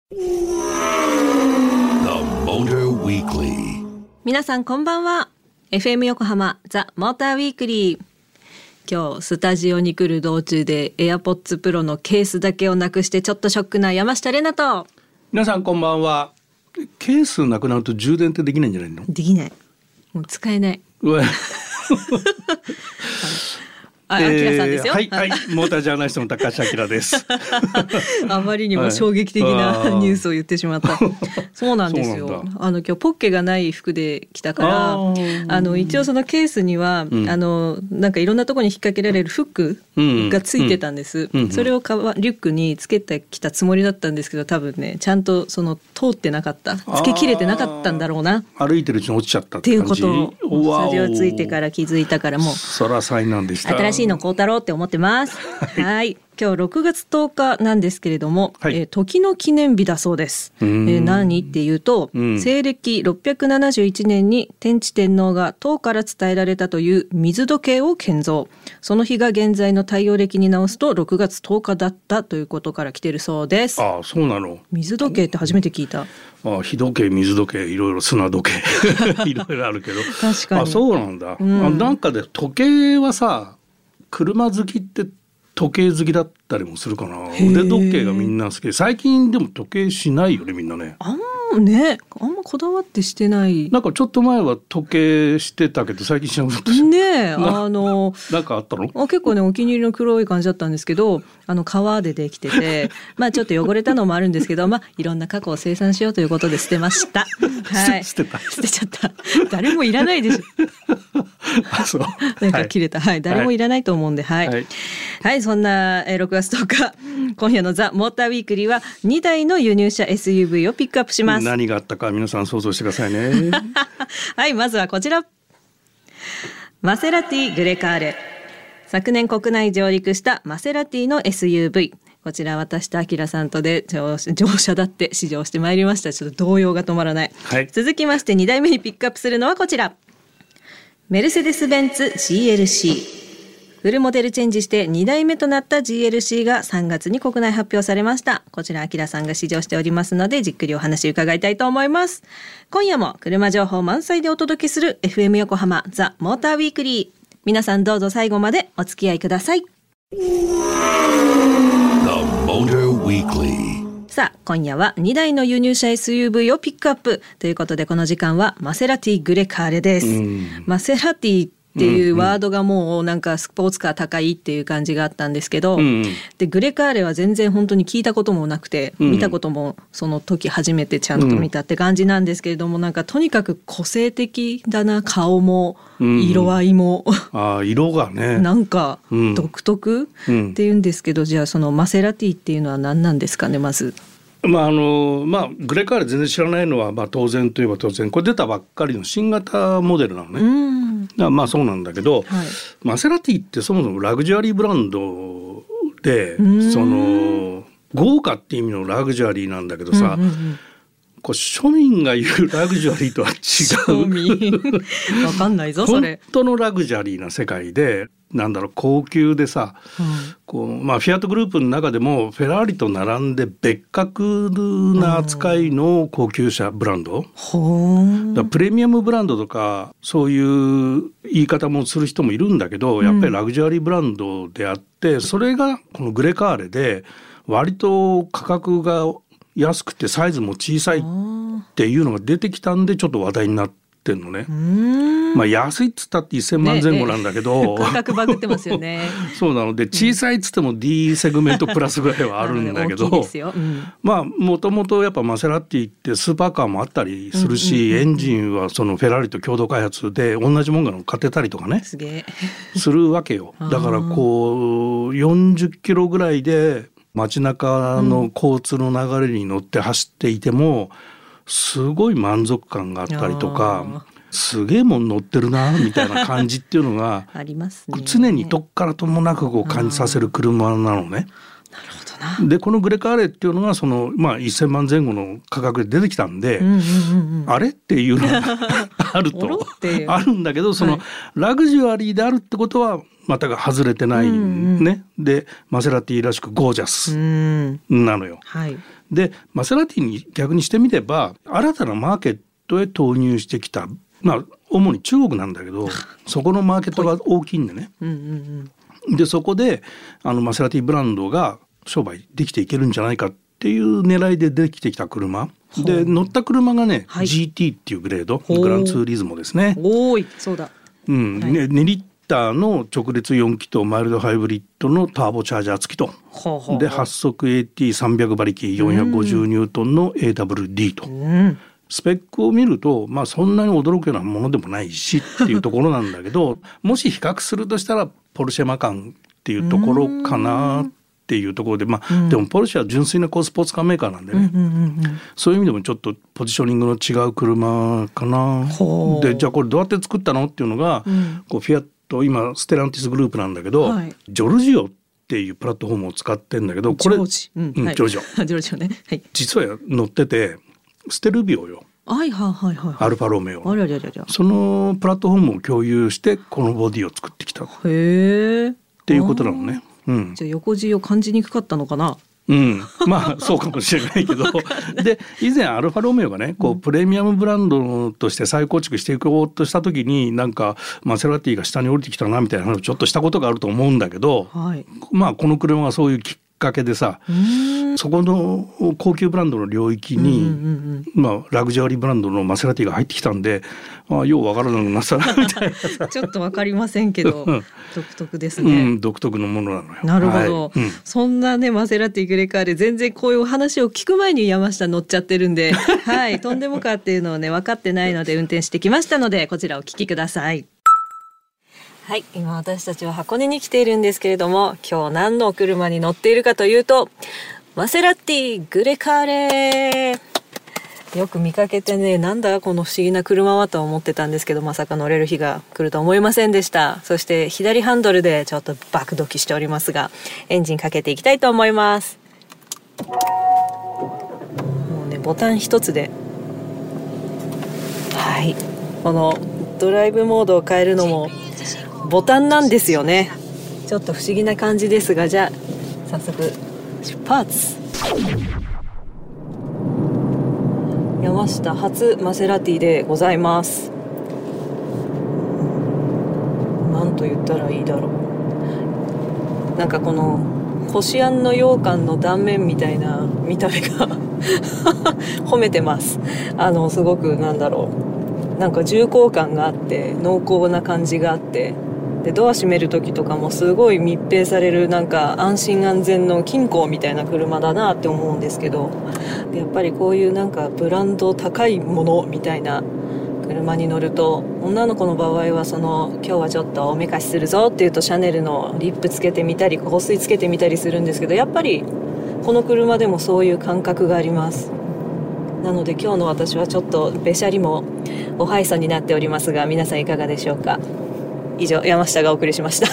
皆さんこんばんは。 FM 横浜ザ・モーターウィークリー。今日スタジオに来る道中で AirPods Pro のケースだけをなくしてちょっとショックな山下玲奈と。 皆さんこんばんは。ケースなくなると充電ってできないんじゃないの？ できない。もう使えない。あきらさんですよ。 はい、モータージャーナリストの高橋明ですあまりにも衝撃的なニュースを言ってしまった。そうなんですよ。今日ポッケがない服で来たから一応そのケースには、なんかいろんなところに引っ掛けられるフックがついてたんです、それをリュックにつけてきたつもりだったんですけど、多分ねちゃんとその通ってなかった、つけきれてなかったんだろうな。 歩いてるうちに落ちちゃったっていうことをスタジオついてから気づいたから、もうそら災難でした。 新しいの買うたろうって思ってます。はい、今日6月10日なんですけれども、時の記念日だそうです。何っていうと、西暦671年に天智天皇が唐から伝えられたという水時計を建造。その日が現在の太陽暦に直すと6月10日だったということから来てるそうです。 ああ、そうなの。 水時計って初めて聞いた。 日時計、水時計、いろいろ砂時計いろいろあるけど確かに。 そうなんだ、なんかで時計はさ、車好きって時計好きだったりもするかな。腕時計がみんな好きで、最近でも時計しないよね、みんなね。あんまこだわってしてない。 なんかちょっと前は時計してたけど最近しなくなったね。 なんかあったの？ 結構ねお気に入りの黒い感じだったんですけど、革でできててちょっと汚れたのもあるんですけど、いろんな過去を清算しようということで捨てました。はい、捨てちゃった。誰もいらないでしょそうなんか切れた、誰もいらないと思うんで、そんな6月10日今夜のザ・モーターウィークリーは2台の輸入車 SUV をピックアップします。 何があったか皆さん想像してくださいねはい、まずはこちら。マセラティグレカーレ。昨年国内上陸したマセラティの SUV。こちら私とアキラさんとで乗車だって試乗してまいりました。ちょっと動揺が止まらない、続きまして2台目にピックアップするのはこちら。メルセデス・ベンツ GLC。フルモデルチェンジして2台目となった GLC が3月に国内発表されました。こちらアキラさんが試乗しておりますので、じっくりお話伺いたいと思います。今夜も車情報満載でお届けする FM 横浜ザ・モーターウィークリー。皆さんどうぞ最後までお付き合いください。さあ、今夜は2台の輸入車 SUV をピックアップということで、この時間はマセラティグレカーレです。マセラティっていうワードがもうなんかスポーツカー高いっていう感じがあったんですけど、でグレカーレは全然本当に聞いたこともなくて、見たこともその時初めてちゃんと見たって感じなんですけれども、なんかとにかく個性的だな。顔も色合いも、 色がねなんか独特っていうんですけど、じゃあそのマセラティっていうのは何なんですかね。まずグレカーレ全然知らないのは、当然といえば当然、これ出たばっかりの新型モデルなのね。そうなんだけど、マセラティってそもそもラグジュアリーブランドで、その豪華って意味のラグジュアリーなんだけどさ、こう庶民が言うラグジュアリーとは違うわかんないぞそれ。 本当のラグジュアリーな世界で、高級でさ、フィアットグループの中でもフェラーリと並んで別格な扱いの高級車ブランド、プレミアムブランドとかそういう言い方もする人もいるんだけど、やっぱりラグジュアリーブランドであって、それがこのグレカーレで割と価格が安くてサイズも小さいっていうのが出てきたんで、ちょっと話題になってんのね。安いっつったって1000万前後なんだけど、 価格バグってますよねそうなので、小さいっつっても D セグメントプラスぐらいはあるんだけどもともとやっぱマセラティってスーパーカーもあったりするし、エンジンはそのフェラーリと共同開発で同じものが買ってたりとかねするわけよ。だからこう40キロぐらいで街中の交通の流れに乗って走っていても、すごい満足感があったりとか、すげえもん乗ってるなみたいな感じっていうのがありますね。 常にどっからともなくこう感じさせる車なのね。 なるほどな。 でこのグレカーレっていうのがその、1000万前後の価格で出てきたんで、あれっていうのがあるとあるんだけど、そのラグジュアリーであるってことは全く外れてないね。でマセラティらしくゴージャスなのよ。 でマセラティに逆にしてみれば新たなマーケットへ投入してきた、主に中国なんだけどそこのマーケットが大きいんでね、でそこでマセラティブランドが商売できていけるんじゃないかっていう狙いでできてきた車で、乗った車がね、GT っていうグレード、グランツーリズモですね。 おい、そうだ、 2リッターの直列4気筒マイルドハイブリッドのターボチャージャー付きと、で8速 AT300 馬力450ニュートンの AWD と、スペックを見ると、そんなに驚くようなものでもないしっていうところなんだけどもし比較するとしたらポルシェマカンっていうところかなっていうところで、でもポルシェは純粋なスポーツカーメーカーなんでね、そういう意味でもちょっとポジショニングの違う車かな。でじゃあこれどうやって作ったのっていうのが、フィアット今ステランティスグループなんだけど、ジョルジオっていうプラットフォームを使ってんだけど、これジョルジオね、実は乗っててステルビオよ、アルファロメオ、そのプラットフォームを共有してこのボディを作ってきたっていうことなのね。 じゃあ横字を感じにくかったのかな。 そうかもしれないけどで以前アルファロメオがねプレミアムブランドとして再構築していこうとした時になんかマセラティが下に降りてきたなみたいな話をちょっとしたことがあると思うんだけど、この車はそういうきっかけでさ、そこの高級ブランドの領域に、ラグジュアリーブランドのマセラティが入ってきたんで、ようわからなくなったなみたいなちょっとわかりませんけど独特ですね、 独特のものなのよ。 なるほど、そんなねマセラティグレカーレ全然こういう話を聞く前に山下乗っちゃってるんでとんでもかっていうのをね分かってないので運転してきましたのでこちらお聞きください。今私たちは箱根に来ているんですけれども、今日何の車に乗っているかというとマセラティグレカーレ、よく見かけてね、なんだこの不思議な車はと思ってたんですけど、まさか乗れる日が来ると思いませんでした。そして左ハンドルでちょっとバクドキしておりますが、エンジンかけていきたいと思います。もうねボタン一つで、このドライブモードを変えるのもボタンなんですよね。ちょっと不思議な感じですが、じゃあ早速出発。山下初マセラティでございます。なんと言ったらいいだろう、なんかこのこしあんの羊羹の断面みたいな見た目が褒めてます。すごくなんか重厚感があって濃厚な感じがあって、でドア閉める時とかもすごい密閉される、なんか安心安全の金庫みたいな車だなって思うんですけど、やっぱりこういうなんかブランド高いものみたいな車に乗ると、女の子の場合は今日はちょっとおめかしするぞっていうとシャネルのリップつけてみたり香水つけてみたりするんですけど、やっぱりこの車でもそういう感覚があります。なので今日の私はちょっとべしゃりもおはいそになっておりますが、皆さんいかがでしょうか。以上、山下がお送りしました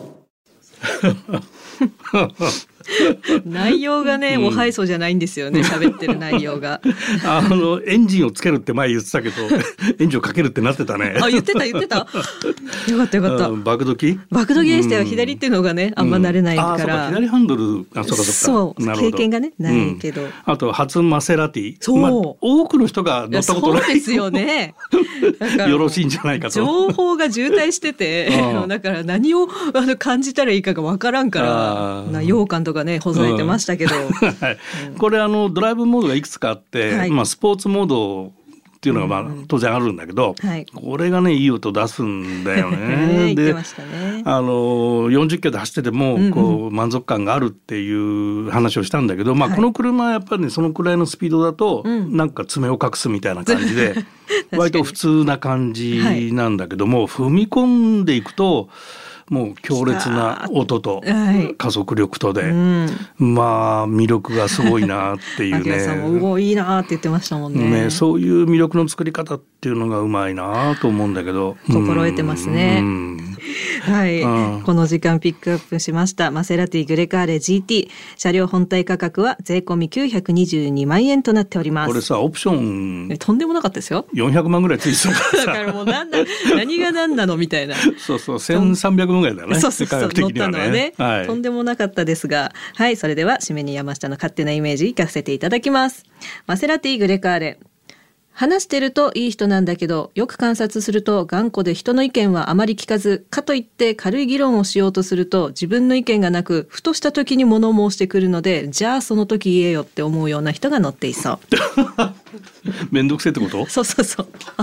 内容がね、おはいそじゃないんですよね、喋ってる内容がエンジンをつけるって前言ってたけどエンジンをかけるってなってたね。 言ってたよかったバクドキでしたよ、左っていうのがねあんま慣れないから、 そうか左ハンドル、 そう経験がねないけど、 あと初マセラティ、多くの人が乗ったことない。 そうですよねよろしいんじゃないかと。 情報が渋滞しててだから何を感じたらいいかがわからんから羊羹とかねほざいてましたけど、 これドライブモードがいくつかあって、スポーツモードっていうのが当然あるんだけど、これがねいい音出すんだよねで、40キロで走ってても満足感があるっていう話をしたんだけど、この車はやっぱりねそのくらいのスピードだとなんか爪を隠すみたいな感じで割と普通な感じなんだけども、踏み込んでいくともう強烈な音と加速力とで、魅力がすごいなっていうね。 明さんもいいなって言ってましたもんね。 そういう魅力の作り方っていうのがうまいなと思うんだけど、 心得てますね。 はい、この時間ピックアップしましたマセラティグレカーレ GT 車両本体価格は税込み922万円となっております。 これさオプションとんでもなかったですよ。 400万ぐらいついてたからさだからもう何が何なのみたいなそう1300万ぐらいだよね。 そう価格的にはね、 乗ったのはね、 はい、 とんでもなかったですが、はい、それでは締めに山下の勝手なイメージ聞かせていただきます。マセラティグレカーレ、話してるといい人なんだけど、よく観察すると頑固で人の意見はあまり聞かず、かといって軽い議論をしようとすると自分の意見がなく、ふとした時に物申してくるので、じゃあその時言えよって思うような人が乗っていそうめんどくせえってこと？ そうそうそう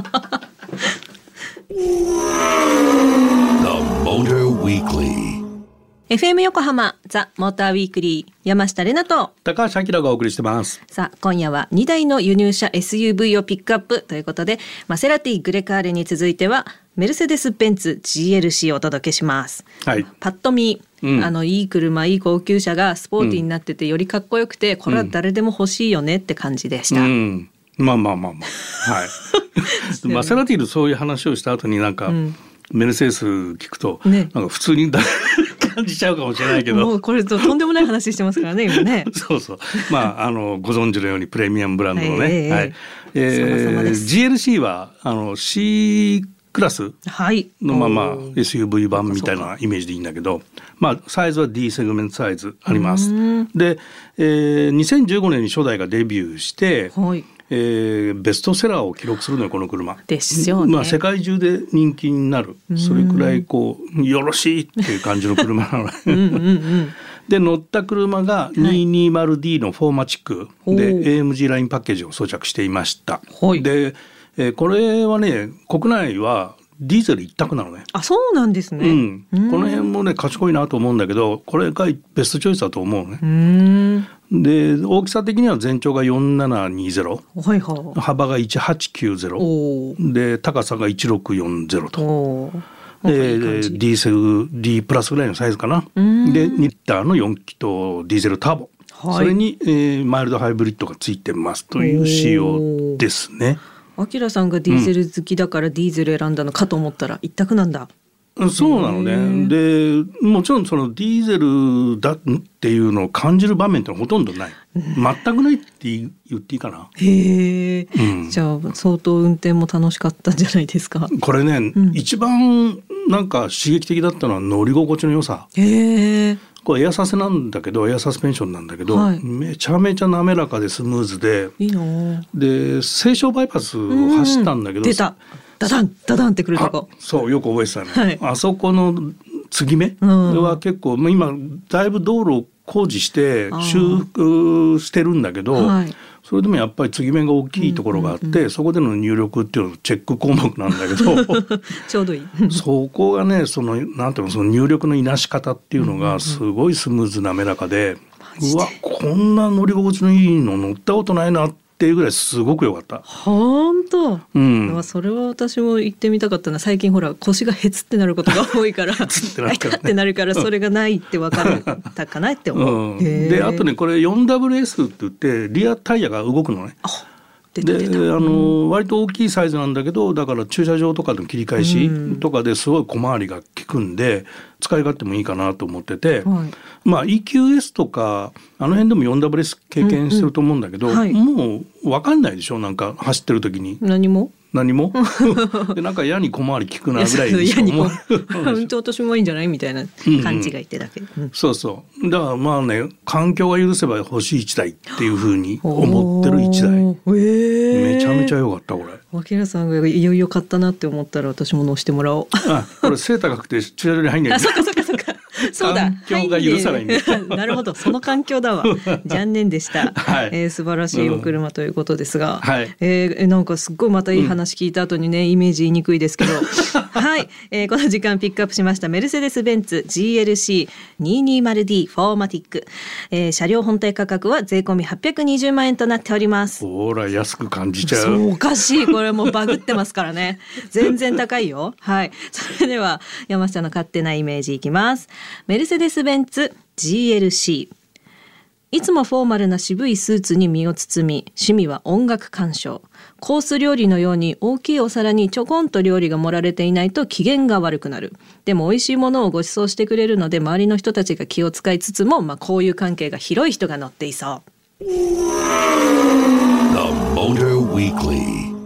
The Motor Weekly FM 横浜ザ・モーターウィークリー、山下れなと高橋明がお送りしてます。 さあ今夜は2台の輸入車 SUV をピックアップということで、マセラティグレカーレに続いてはメルセデス・ベンツ GLC をお届けします、 はい、 パッと見、いい車、いい高級車がスポーティーになっててよりかっこよくて、これは誰でも欲しいよねって感じでした、 まあはいマセラティのそういう話をした後になんか、メルセデス聞くと、ね、なんか普通に感じちゃうかもしれないけど、 もうこれとんでもない話してますからね今ねそうそう、まあご存知のようにプレミアムブランドのね、はい、GLC はC クラスのまま SUV 版みたいなイメージでいいんだけど、まあサイズは D セグメントサイズあります。で、2015年に初代がデビューして、はい、ベストセラーを記録するのよこの車ですよね。 まあ、世界中で人気になる、それくらいこうよろしいっていう感じの車なのねで乗った車が 220D のフォーマチックで AMG ラインパッケージを装着していました、はい、で、これはね国内はディーゼル一択なのね。 あ、そうなんですね、 この辺もね賢いなと思うんだけど、これがベストチョイスだと思うね。で大きさ的には全長が4720、はいはい、幅が1890で高さが1640とD セル D プラスぐらいのサイズかな。で2リッターの4気筒ディーゼルターボ、はい、それに、マイルドハイブリッドがついてますという仕様ですね。 アキラさんがディーゼル好きだからディーゼル選んだのかと思ったら一択なんだ。 そうなのね。でもちろんそのディーゼルだっていうのを感じる場面ってほとんどない、全くないって言っていいかな。 へえ、じゃあ相当運転も楽しかったんじゃないですか。 これね、一番なんか刺激的だったのは乗り心地の良さ。へえ。これエアサスなんだけど、エアサスペンションなんだけど、はい、めちゃめちゃ滑らかでスムーズで、いいので西湘バイパスを走ったんだけど、 出たダダンダダンってくるとこ、 そうよく覚えてたね、はい、あそこの継ぎ目は結構、今だいぶ道路を工事して修復してるんだけど、はい、それでもやっぱり継ぎ目が大きいところがあって、そこでの入力っていうのはチェック項目なんだけどちょうどいいそこがねなんていうの、その入力のいなし方っていうのがすごいスムーズ滑らかで、うわこんな乗り心地のいいの乗ったことないなっていうぐらいすごく良かった。 本当、それは私も行ってみたかったな。最近ほら腰がへつってなることが多いから痛ってなるから、それがないって分かったかなって思う、 であとねこれ 4WS って言ってリアタイヤが動くのね。で割と大きいサイズなんだけど、だから駐車場とかの切り返しとかですごい小回りが利くんで使い勝手もいいかなと思ってて、はい、まあ EQS とかあの辺でも 4WS 経験してると思うんだけど、はい、もう分かんないでしょ、なんか走ってる時に何もでなんか矢に小回り利くなぐらいでしょ本当私もいいんじゃないみたいな感じがいてだけ、 そうそうだからまあね環境が許せば欲しい1台っていうふうに思ってる1台、めちゃめちゃ良かったこれ。 脇原さんがいよいよ買ったなって思ったら私も乗してもらおう。 これ背高くて駐車場に入んないんだよ。 そうだ、 環境が許さないんだなるほど、その環境だわ残念でした、はい、素晴らしいお車ということですが、はい、なんかすっごいまたいい話聞いた後にね、イメージ言いにくいですけどはい、この時間ピックアップしましたメルセデスベンツ GLC220D フォーマティック、車両本体価格は税込み820万円となっております。 ほら安く感じちゃう。 そうおかしい、これもうバグってますからね全然高いよ。はい、それでは山下の勝手なイメージいきます。メルセデスベンツ GLC、 いつもフォーマルな渋いスーツに身を包み、趣味は音楽鑑賞。コース料理のように大きいお皿にちょこんと料理が盛られていないと機嫌が悪くなる。でも美味しいものをご馳走してくれるので、周りの人たちが気を使いつつも、交友関係が広い人が乗っていそう。 The Motor Weekly.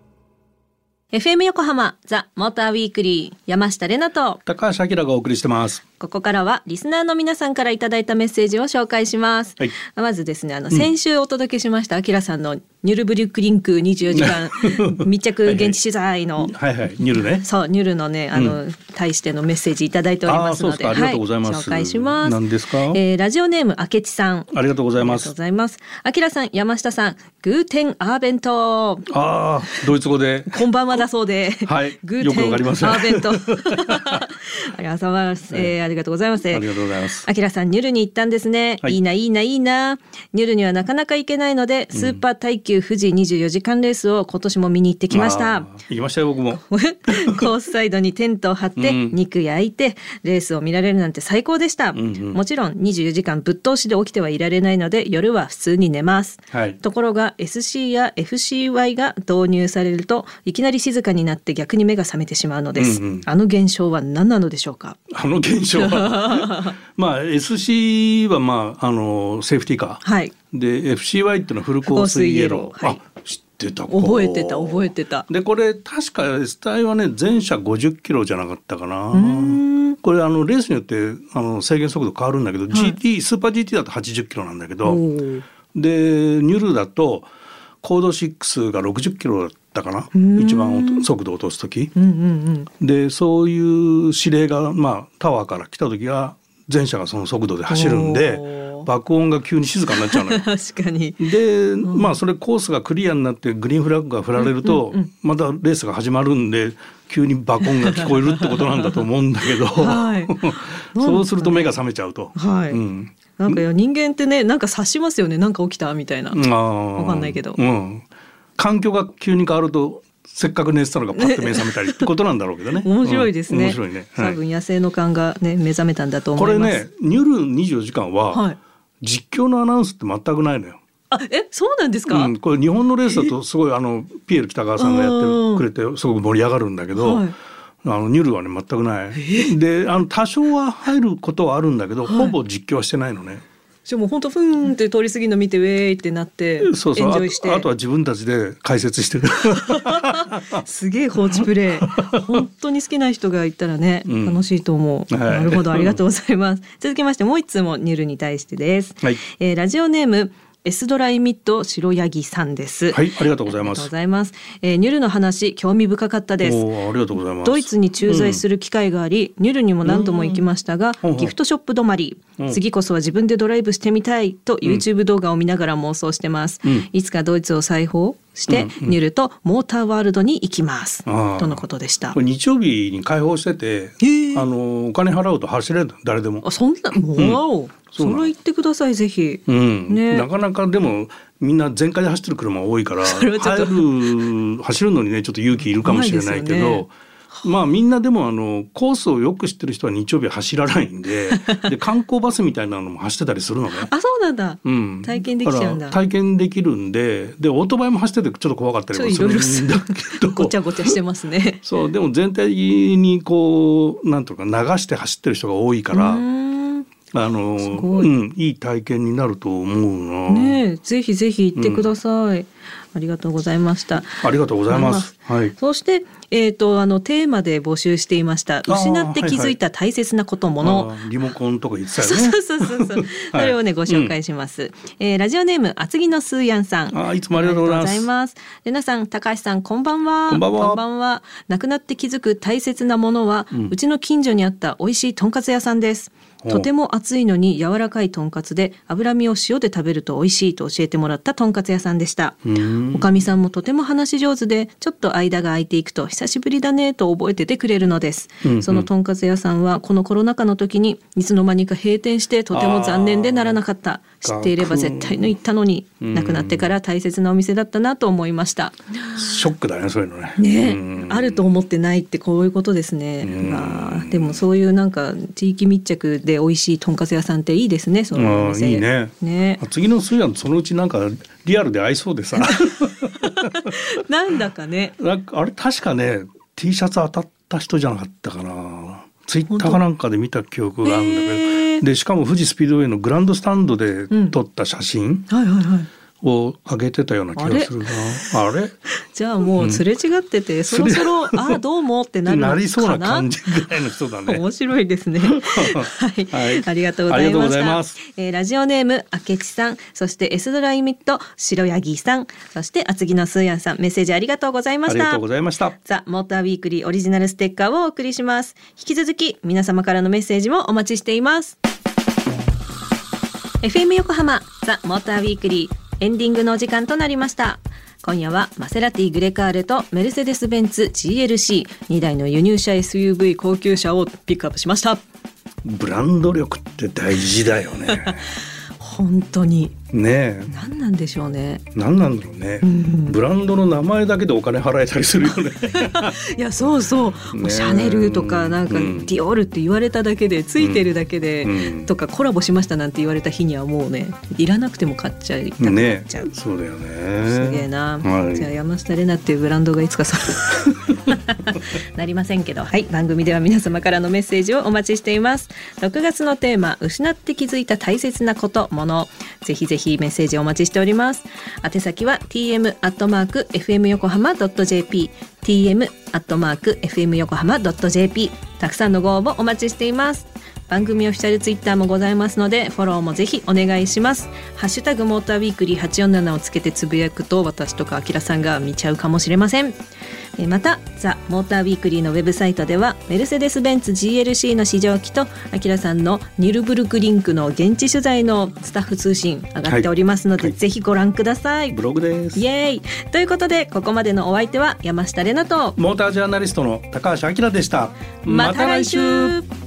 FM 横浜ザ・モーターウィークリー、山下れなと高橋明がお送りしてます。 ここからはリスナーの皆さんからいただいたメッセージを紹介します、 はい、 まずですね、先週お届けしました明さんのニュルブリュックリンク24時間密着現地取材のはいはい、ニュルね。 そう、ニュルのね、対してのメッセージいただいておりますので、 ありがとうございます。 紹介します。 何ですか？ ラジオネーム明智さん、 ありがとうございます。 ありがとうございます。明さん、山下さん、グーテンアーベント。 ドイツ語でこんばんはだそうで、 はい、 グーテンよくわかりません。 アーベントありがとうございます。ありがとうございます。 ありがとうございます。 明さん、ニュルに行ったんですね。 はい、 いいな。ニュルにはなかなか行けないので、スーパー耐久富士24時間レースを今年も見に行ってきました。 行きましたよ、僕も。 コースサイドにテントを張って、肉焼いてレースを見られるなんて最高でした。もちろん24時間ぶっ通しで起きてはいられないので、夜は普通に寝ます。 はい、 ところが SC や FCY が導入されると、いきなり静かになって逆に目が覚めてしまうのです。あの現象は何なのでしょうか？ あの現象はSC はセーフティーカー、はい、で FCY っていうのはフルコースイエロー、はい、知ってた。 覚えてた。 でこれ確か S 隊はね、全車50キロじゃなかったかな。これレースによって制限速度変わるんだけど、はい、スーパー GT だと80キロなんだけど、でニュルだとコード6が60キロだったかな、一番速度を落とす時、でそういう指令が、タワーから来た時は全車がその速度で走るんで、爆音が急に静かになっちゃうのよ。 確かに。 で、それコースがクリアになってグリーンフラッグが振られると、またレースが始まるんで急に爆音が聞こえるってことなんだと思うんだけど、はい、そうすると目が覚めちゃうと。はい、 なんか人間ってね、なんか察しますよね。なんか起きたみたいな。わかんないけど、環境が急に変わると、せっかく寝てたのがパッと目覚めたりってことなんだろうけどね。 面白いですね。 面白いね。 多分野生の勘がね、目覚めたんだと思います。 これね、ニュル24時間は実況のアナウンスって全くないのよ。 そうなんですか？ これ日本のレースだとすごいピエール北川さんがやってくれてすごく盛り上がるんだけど、ニュルはね全くない。で多少は入ることはあるんだけど、ほぼ実況はしてないのね。 じゃあもう本当ふーんって通り過ぎるの見てウェーイってなってエンジョイして、 あとは自分たちで解説してるすげえ放置プレイ本当に好きな人がいたらね、楽しいと思う、なるほど、ありがとうございます続きましてもう一通もニュルに対してです、はい、ラジオネームエスドライミッド白柳さんです。 はい、ありがとうございます。 ありがとうございます。ニュルの話興味深かったです。 ありがとうございます。 ドイツに駐在する機会があり、ニュルにも何度も行きましたが、ギフトショップ止まり、次こそは自分でドライブしてみたいと YouTube 動画を見ながら妄想してます。いつかドイツを再訪して、ニュルとモーターワールドに行きますとのことでした。 これ日曜日に開放してて、お金払うと走れる、誰でも。 そんな、もうそれ言ってくださいぜひ、 なかなかでもみんな全開で走ってる車多いから走るのにねちょっと勇気いるかもしれないけど、みんなでもコースをよく知ってる人は日曜日は走らないんでで観光バスみたいなのも走ってたりするのね。 そうなんだ、体験できちゃうんだ。 体験できるんでオートバイも走っててちょっと怖かったりもするんだけどごちゃごちゃしてますねそうでも全体にこうなんとか流して走ってる人が多いからすごい、いい体験になると思うな。ね、 ぜひぜひ行ってください、ありがとうございました。 ありがとうございます。はい、 そしてテーマで募集していました失って気づいた大切なこともの、 リモコンとか言ってたよね。 そうそれをねご紹介します、ラジオネーム厚木のスーヤンさん、 いつもありがとうございます。 レナさん、高橋さん、こんばんは。こんばんは。亡くなって気づく大切なものは、うちの近所にあった美味しいとんかつ屋さんです。とても熱いのに柔らかいとんかつで脂身を塩で食べると美味しいと教えてもらったとんかつ屋さんでした。おかみさんもとても話し上手で、ちょっと間が空いていくと久しぶりだねと覚えててくれるのです、そのとんかつ屋さんはこのコロナ禍の時にいつの間にか閉店してとても残念でならなかった。知っていれば絶対に行ったのに、亡くなってから大切なお店だったなと思いました。 ショックだね、そういうのね。 あると思ってないってこういうことですね。でもそういうなんか地域密着でで美味しいとんかつ屋さんっていいですね。そのお店いいね。次のスーヤンそのうちなんかリアルで合いそうでさなんだかね、 あれ確かね T シャツ当たった人じゃなかったかな。ツイッターかなんかで見た記憶があるんだけど、でしかも富士スピードウェイのグランドスタンドで撮った写真、 はいはいはいを上げてたような気がするな。あれじゃあもうすれ違ってて、そろそろどうもってなるのかな。 なりそうな感じぐらいの人だね。 面白いですね。はい、はい、ありがとうございました。ラジオネーム明智さん、そしてエスドライミット白柳さん、そして厚木のスーヤンさん、メッセージありがとうございました。 ありがとうございました。 ザ・モーターウィークリーオリジナルステッカーをお送りします。引き続き皆様からのメッセージもお待ちしています。FM 横浜ザ・モーターウィークリーエンディングのお時間となりました。今夜はマセラティグレカーレとメルセデスベンツ GLC2 台の輸入車 SUV 高級車をピックアップしました。 ブランド力って大事だよね。 本当にねえ、 何なんでしょうね。 何なんだろうね、ブランドの名前だけでお金払えたりするよね。 いやそうそう、もうシャネルとかなんかディオールって言われただけで、ついてるだけで、とかコラボしましたなんて言われた日にはもうね、いらなくても買っちゃいたくなっちゃう、 そうだよね。 すげえな、じゃあ山下玲奈っていうブランドがいつかさなりませんけど、はい、番組では皆様からのメッセージをお待ちしています。6月のテーマ、失って気づいた大切なこと、もの、ぜひぜひメッセージお待ちしております。宛先は tm@fmyokohama.jp tm@fmyokohama.jp たくさんのご応募お待ちしています。番組オフィシャルツイッターもございますのでフォローもぜひお願いします。ハッシュタグモーターウィークリー847をつけてつぶやくと私とかあきらさんが見ちゃうかもしれません。またザ・モーターウィークリーのウェブサイトではメルセデス・ベンツ GLC の試乗機とあきらさんのニュルブルクリンクの現地取材のスタッフ通信上がっておりますので、ぜひご覧ください。 ブログです。 イエーイということで、ここまでのお相手は山下玲奈とモータージャーナリストの高橋明でした。 また来週。